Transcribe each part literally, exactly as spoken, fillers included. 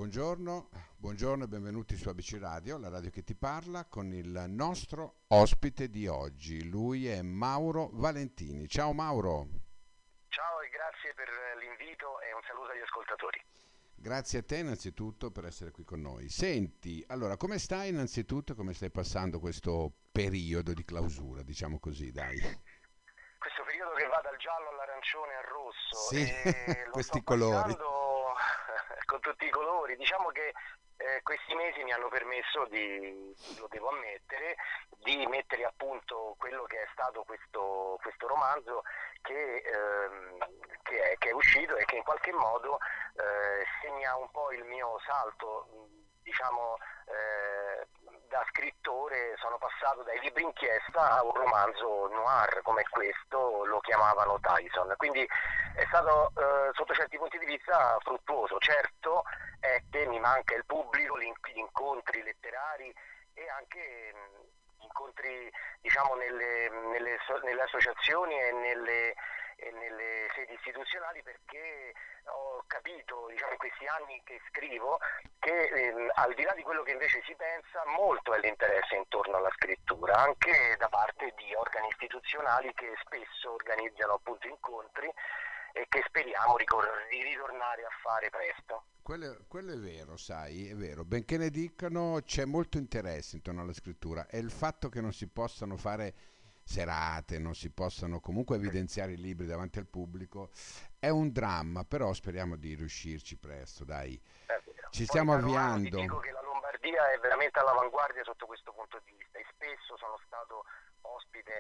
Buongiorno, buongiorno e benvenuti su A B C Radio, la radio che ti parla, con il nostro ospite di oggi. Lui è Mauro Valentini. Ciao Mauro. Ciao e grazie per l'invito e un saluto agli ascoltatori. Grazie a te innanzitutto per essere qui con noi. Senti, allora, come stai innanzitutto? Come stai passando questo periodo di clausura, diciamo così, dai? Questo periodo che va dal giallo all'arancione al rosso Sì, e lo sto questi colori. passando con tutti i colori. Diciamo che eh, questi mesi mi hanno permesso di, lo devo ammettere, di mettere a punto quello che è stato questo, questo romanzo che, ehm, che, è, che è uscito e che in qualche modo eh, segna un po' il mio salto, diciamo, eh, da scrittore. Sono passato dai libri inchiesta a un romanzo noir come questo, lo chiamavano Tyson, quindi è stato eh, sotto certi punti di vista fruttuoso. Certo è che mi manca il pubblico, gli incontri letterari e anche mh, incontri, diciamo, nelle, nelle, nelle associazioni e nelle, e nelle sedi istituzionali, perché ho capito, diciamo, in questi anni che scrivo che ehm, al di là di quello che invece si pensa, molto è l'interesse intorno alla scrittura, anche da parte di organi istituzionali che spesso organizzano appunto incontri e che speriamo ricor- di ritornare a fare presto. Quello, quello è vero, sai, è vero. Benché ne dicano, c'è molto interesse intorno alla scrittura e il fatto che non si possano fare serate, non si possano comunque Sì, evidenziare i libri davanti al pubblico è un dramma, però speriamo di riuscirci presto, dai. è vero. Ci Poi stiamo da romano ti dico avviando. che la Lombardia è veramente all'avanguardia sotto questo punto di vista e spesso sono stato ospite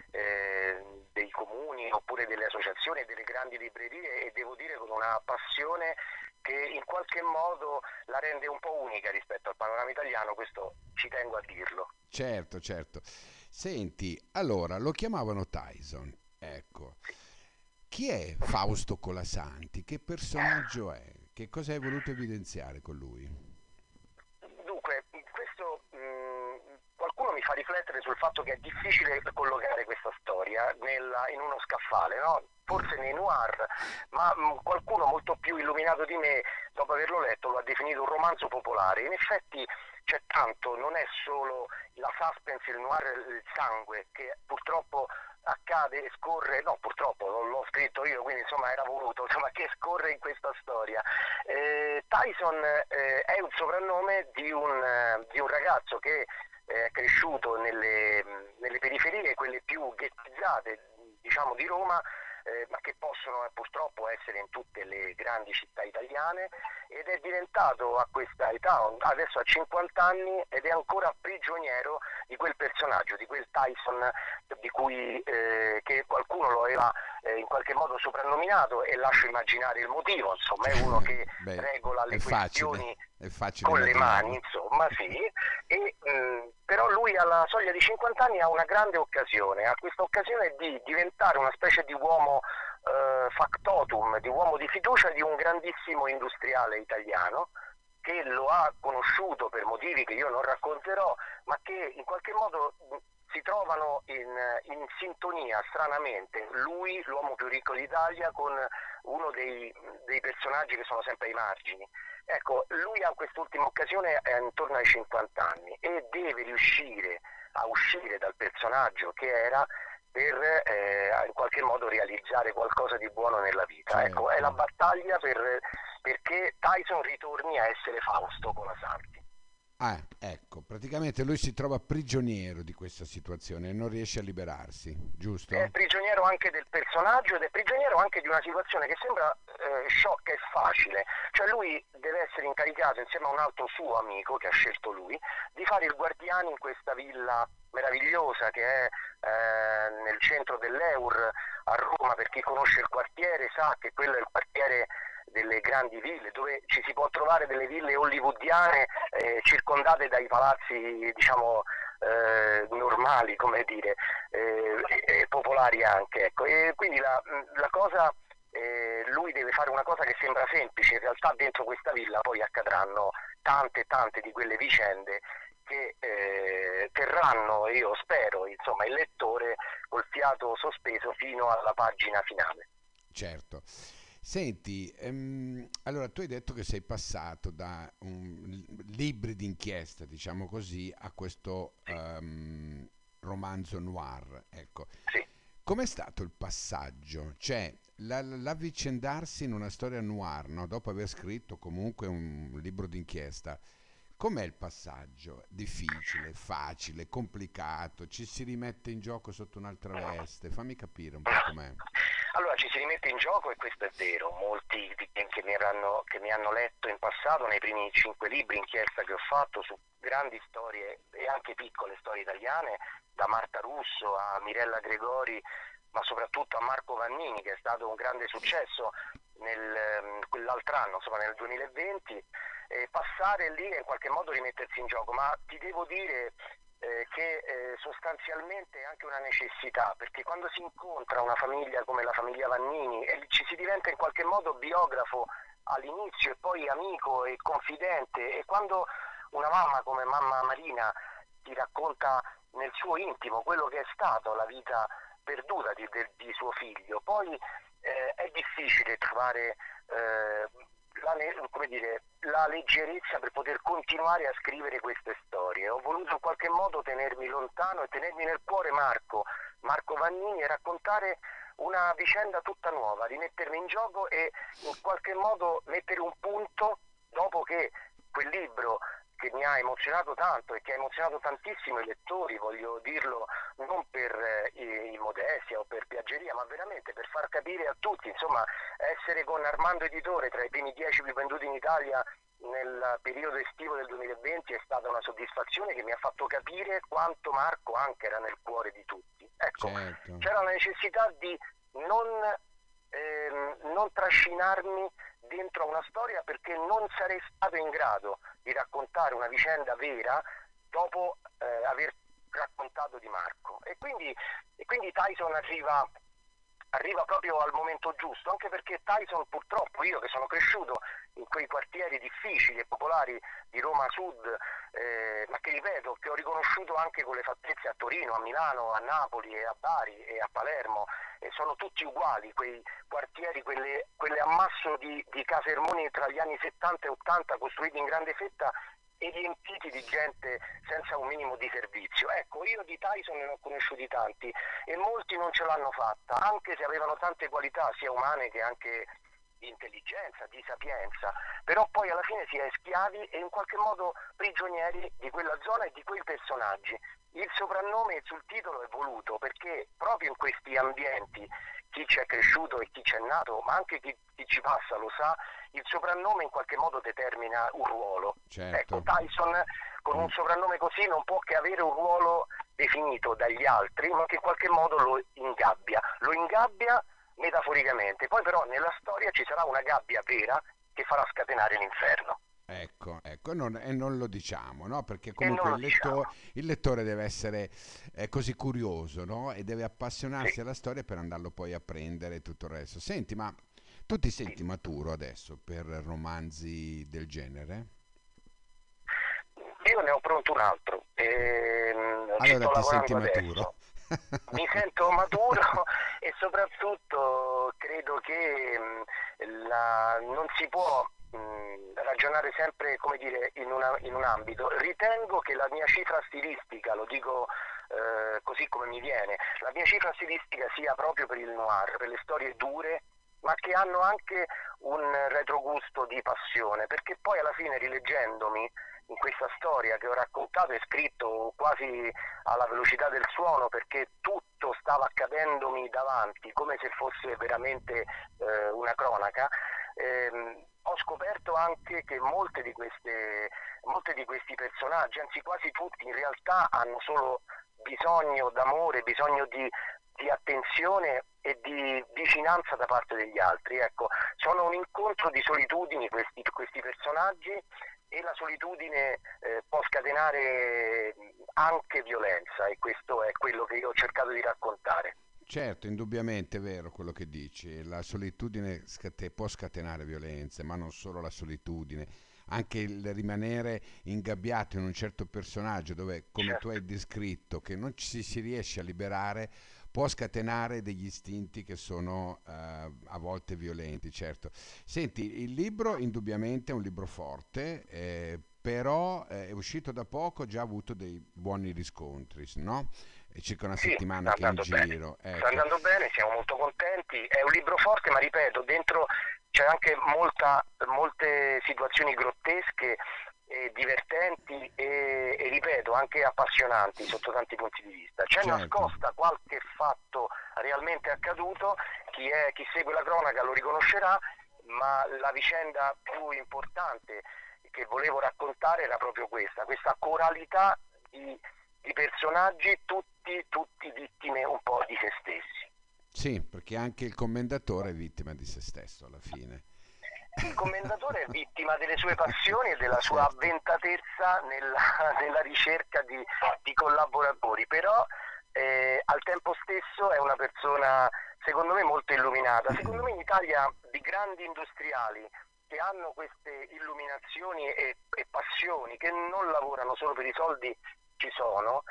eh, dei comuni oppure delle associazioni e delle grandi librerie, e devo dire con una passione che in qualche modo la rende un po' unica rispetto al panorama italiano. Questo ci tengo a dirlo. Certo, certo. Senti, allora, lo chiamavano Tyson, ecco. Sì. Chi è Fausto Colasanti? Che personaggio è? Che cosa hai voluto evidenziare con lui? Dunque, questo mh, qualcuno mi fa riflettere sul fatto che è difficile collocare questa storia nella- in uno scaffale, no? Forse nei noir, ma mh, qualcuno molto più illuminato di me, dopo averlo letto, lo ha definito un romanzo popolare. In effetti c'è tanto, non è solo la suspense, il noir, il sangue, che purtroppo accade e scorre, no purtroppo non l'ho scritto io, quindi insomma era voluto, insomma, che scorre in questa storia. Eh, Tyson eh, è un soprannome di un, eh, di un ragazzo che eh, è cresciuto nelle, nelle periferie, quelle più ghettizzate, diciamo, di Roma, eh, ma che possono eh, purtroppo essere in tutte le grandi città italiane, ed è diventato a questa età, adesso ha cinquanta anni, ed è ancora prigioniero di quel personaggio, di quel Tyson di cui eh, che qualcuno lo aveva eh, in qualche modo soprannominato, e lascio immaginare il motivo. Insomma, è uno che Beh, regola è le facile, questioni è facile con le mani, immaginarlo. insomma, sì, e, mh, però lui alla soglia di cinquanta anni ha una grande occasione, ha questa occasione di diventare una specie di uomo eh, factotum, di uomo di fiducia di un grandissimo industriale italiano che lo ha conosciuto per motivi che io non racconterò, ma che in qualche modo mh, si trovano in, in sintonia stranamente, lui, l'uomo più ricco d'Italia, con uno dei, dei personaggi che sono sempre ai margini. Ecco, lui ha quest'ultima occasione eh, intorno ai cinquanta anni e deve riuscire a uscire dal personaggio che era per eh, in qualche modo realizzare qualcosa di buono nella vita. Ecco, è la Certo. battaglia per, perché Tyson ritorni a essere Fausto Colasanti. Ah, ecco, praticamente lui si trova prigioniero di questa situazione e non riesce a liberarsi, È giusto? prigioniero anche del personaggio ed è prigioniero anche di una situazione che sembra eh, sciocca e facile. Cioè lui deve essere incaricato, insieme a un altro suo amico che ha scelto lui, di fare il guardiano in questa villa meravigliosa che è eh, nel centro dell'Eur a Roma. Per chi conosce il quartiere sa che quello è il quartiere delle grandi ville, dove ci si può trovare delle ville hollywoodiane eh, circondate dai palazzi, diciamo, eh, normali, come dire, eh, e, e popolari anche. Ecco. E quindi la, la cosa, eh, lui deve fare una cosa che sembra semplice, in realtà dentro questa villa poi accadranno tante tante di quelle vicende che eh, terranno, io spero, insomma, il lettore col fiato sospeso fino alla pagina finale. Certo. Senti, ehm, allora tu hai detto che sei passato da un, libri d'inchiesta, diciamo così, a questo Sì, ehm, romanzo noir. Ecco, sì. com'è stato il passaggio? Cioè, la- l'avvicendarsi in una storia noir, no? Dopo aver scritto comunque un libro d'inchiesta, com'è il passaggio? Difficile, facile, complicato? Ci si rimette in gioco sotto un'altra veste? Fammi capire un po' com'è. Allora ci si rimette in gioco e questo è vero, molti di- che mi, hanno, che mi hanno letto in passato nei primi cinque libri inchiesta che ho fatto su grandi storie e anche piccole storie italiane, da Marta Russo a Mirella Gregori, ma soprattutto a Marco Vannini che è stato un grande successo nel, ehm, quell'altro anno, insomma nel duemilaventi, eh, passare lì e in qualche modo rimettersi in gioco, ma ti devo dire eh, che eh, sostanzialmente è anche una necessità, perché quando si incontra una famiglia come la famiglia Vannini e ci si diventa in qualche modo biografo all'inizio e poi amico e confidente, e quando una mamma come mamma Marina ti racconta nel suo intimo quello che è stato la vita perduta di, de- di suo figlio, poi eh, è difficile trovare eh, la, come dire, la leggerezza per poter continuare a scrivere queste storie. Ho voluto in qualche modo tenermi lontano e tenermi nel cuore Marco, Marco Vannini, e raccontare una vicenda tutta nuova, rimettermi in gioco e in qualche modo mettere un punto dopo che quel libro che mi ha emozionato tanto e che ha emozionato tantissimo i lettori, voglio dirlo non per eh, modestia o per piaggeria, ma veramente per far capire a tutti, insomma, essere con Armando Editore tra i primi dieci più venduti in Italia nel periodo estivo del duemilaventi è stata una soddisfazione che mi ha fatto capire quanto Marco anche era nel cuore di tutti. Ecco, Certo. c'era la necessità di non, ehm, non trascinarmi dentro a una storia perché non sarei stato in grado di raccontare una vicenda vera dopo eh, aver raccontato di Marco. E quindi, e quindi Tyson arriva, arriva proprio al momento giusto, anche perché Tyson purtroppo, io che sono cresciuto in quei quartieri difficili e popolari di Roma Sud, eh, ma che ripeto, che ho riconosciuto anche con le fattezze a Torino, a Milano, a Napoli e a Bari e a Palermo, e sono tutti uguali quei quartieri, quelle, quelle ammasso di, di casermoni tra gli anni settanta e ottanta costruiti in grande fetta e riempiti di gente senza un minimo di servizio. Ecco, io di Tyson ne ho conosciuti tanti e molti non ce l'hanno fatta, anche se avevano tante qualità sia umane che anche di intelligenza, di sapienza, però poi alla fine si è schiavi e in qualche modo prigionieri di quella zona e di quei personaggi. Il soprannome sul titolo è voluto perché proprio in questi ambienti chi ci è cresciuto e chi ci è nato, ma anche chi, chi ci passa lo sa, il soprannome in qualche modo determina un ruolo. Ecco, Certo. Tyson con un Mm. soprannome così non può che avere un ruolo definito dagli altri, ma che in qualche modo lo ingabbia. Lo ingabbia metaforicamente, poi però nella storia ci sarà una gabbia vera che farà scatenare l'inferno. Ecco, ecco, e non, e non lo diciamo, no? Perché E non comunque lo il diciamo. lettore, il lettore deve essere eh, così curioso, no? E deve Sì, appassionarsi alla storia per andarlo poi a prendere e tutto il resto. Senti, ma tu ti sì. senti maturo adesso per romanzi del genere? Io ne ho pronto un altro, ehm, ci Allora sto ti senti lavorando maturo? adesso. Mi sento maturo e soprattutto credo che mh, la- non si può mh, ragionare sempre, come dire, in, una- in un ambito. Ritengo che la mia cifra stilistica, lo dico eh, così come mi viene, la mia cifra stilistica sia proprio per il noir, per le storie dure, ma che hanno anche un retrogusto di passione, perché poi alla fine rileggendomi in questa storia che ho raccontato e scritto quasi alla velocità del suono perché tutto stava accadendomi davanti come se fosse veramente eh, una cronaca, ehm, ho scoperto anche che molte di queste, molte di questi personaggi, anzi quasi tutti, in realtà hanno solo bisogno d'amore, bisogno di, di attenzione e di vicinanza da parte degli altri. Ecco, sono un incontro di solitudini questi, questi personaggi e la solitudine eh, può scatenare anche violenza e questo è quello che io ho cercato di raccontare. Certo, indubbiamente è vero quello che dici. La solitudine scate- può scatenare violenze, ma non solo la solitudine, anche il rimanere ingabbiato in un certo personaggio dove, come tu Certo, hai descritto, che non ci si riesce a liberare, può scatenare degli istinti che sono eh, a volte violenti, certo. Senti, il libro indubbiamente è un libro forte, eh, però eh, è uscito da poco, già ha avuto dei buoni riscontri, no? È circa una Sì, settimana sta che è in andando bene, giro, sta ecco. andando bene, siamo molto contenti. È un libro forte, ma ripeto, dentro c'è anche molta, molte situazioni grottesche, e divertenti e, e ripeto anche appassionanti sotto tanti punti di vista. C'è Certo. nascosta qualche fatto realmente accaduto, chi, è, chi segue la cronaca lo riconoscerà, ma la vicenda più importante che volevo raccontare era proprio questa, questa coralità di, di personaggi, tutti, tutti vittime un po' di se stessi. Sì, perché anche il commendatore è vittima di se stesso alla fine. Il commendatore è vittima delle sue passioni e della sua Certo. avventatezza nella, nella ricerca di, di collaboratori, però eh, al tempo stesso è una persona secondo me molto illuminata. Secondo me in Italia di grandi industriali che hanno queste illuminazioni e, e passioni, che non lavorano solo per i soldi, ci sono.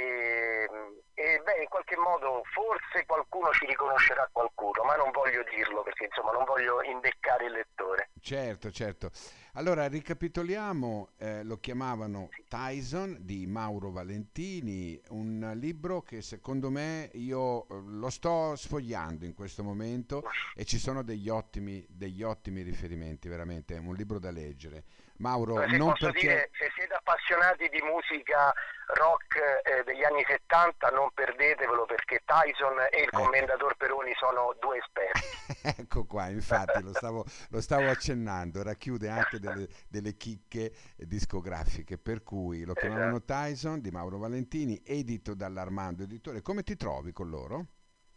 E, e beh, in qualche modo forse qualcuno ci riconoscerà qualcuno, ma non voglio dirlo perché insomma non voglio imbeccare il lettore. Certo, certo. Allora, ricapitoliamo, eh, lo chiamavano Sì. Tyson di Mauro Valentini, un libro che secondo me io eh, lo sto sfogliando in questo momento e ci sono degli ottimi, degli ottimi riferimenti, veramente, è un libro da leggere. Mauro, Allora, se non posso perché... dire, se siete appassionati di musica rock eh, degli anni settanta, non perdetevelo perché Tyson e il Ecco. commendator Peroni sono due esperti. Ecco qua, infatti lo stavo, lo stavo accennando, racchiude anche delle, delle chicche discografiche, per cui lo chiamavano Esatto. Tyson di Mauro Valentini, edito dall'Armando Editore. Come ti trovi con loro?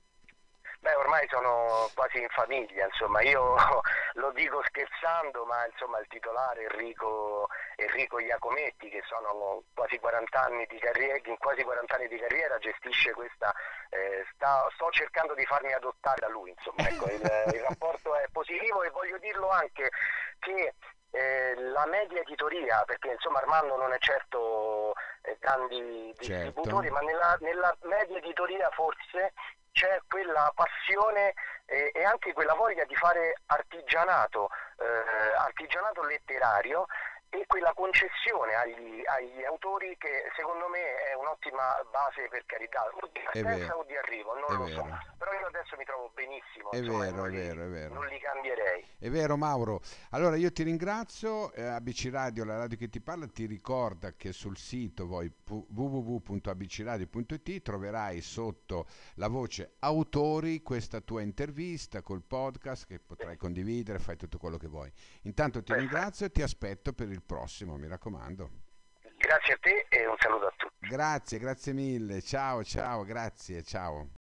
Beh, ormai sono quasi in famiglia, insomma, io lo dico scherzando, ma insomma il titolare Enrico, Enrico Iacometti, che sono quasi quaranta anni di carriera, in quasi quaranta anni di carriera, gestisce questa, eh, sta- sto cercando di farmi adottare da lui, insomma, ecco, il, il rapporto è positivo e voglio dirlo anche che eh, la media editoria, perché insomma Armando non è certo eh, grandi distributori, Certo, ma nella, nella media editoria forse c'è quella passione eh, e anche quella voglia di fare artigianato, eh, artigianato letterario e quella concessione agli, agli autori che secondo me è un'ottima base per carità, o di è partenza vero, o di arrivo, non è lo so, vero, però io adesso mi trovo benissimo, è insomma, e vero, non è li, vero, è vero. non li cambierei. È vero Mauro, allora io ti ringrazio, eh, A B C Radio, la radio che ti parla, ti ricorda che sul sito voi pu- w w w punto a b c radio punto i t troverai sotto la voce autori questa tua intervista col podcast che potrai condividere, fai tutto quello che vuoi. Intanto ti Perfetto, ringrazio e ti aspetto per il prossimo, mi raccomando. grazie a te e un saluto a tutti. Grazie, grazie mille, ciao ciao, grazie, ciao.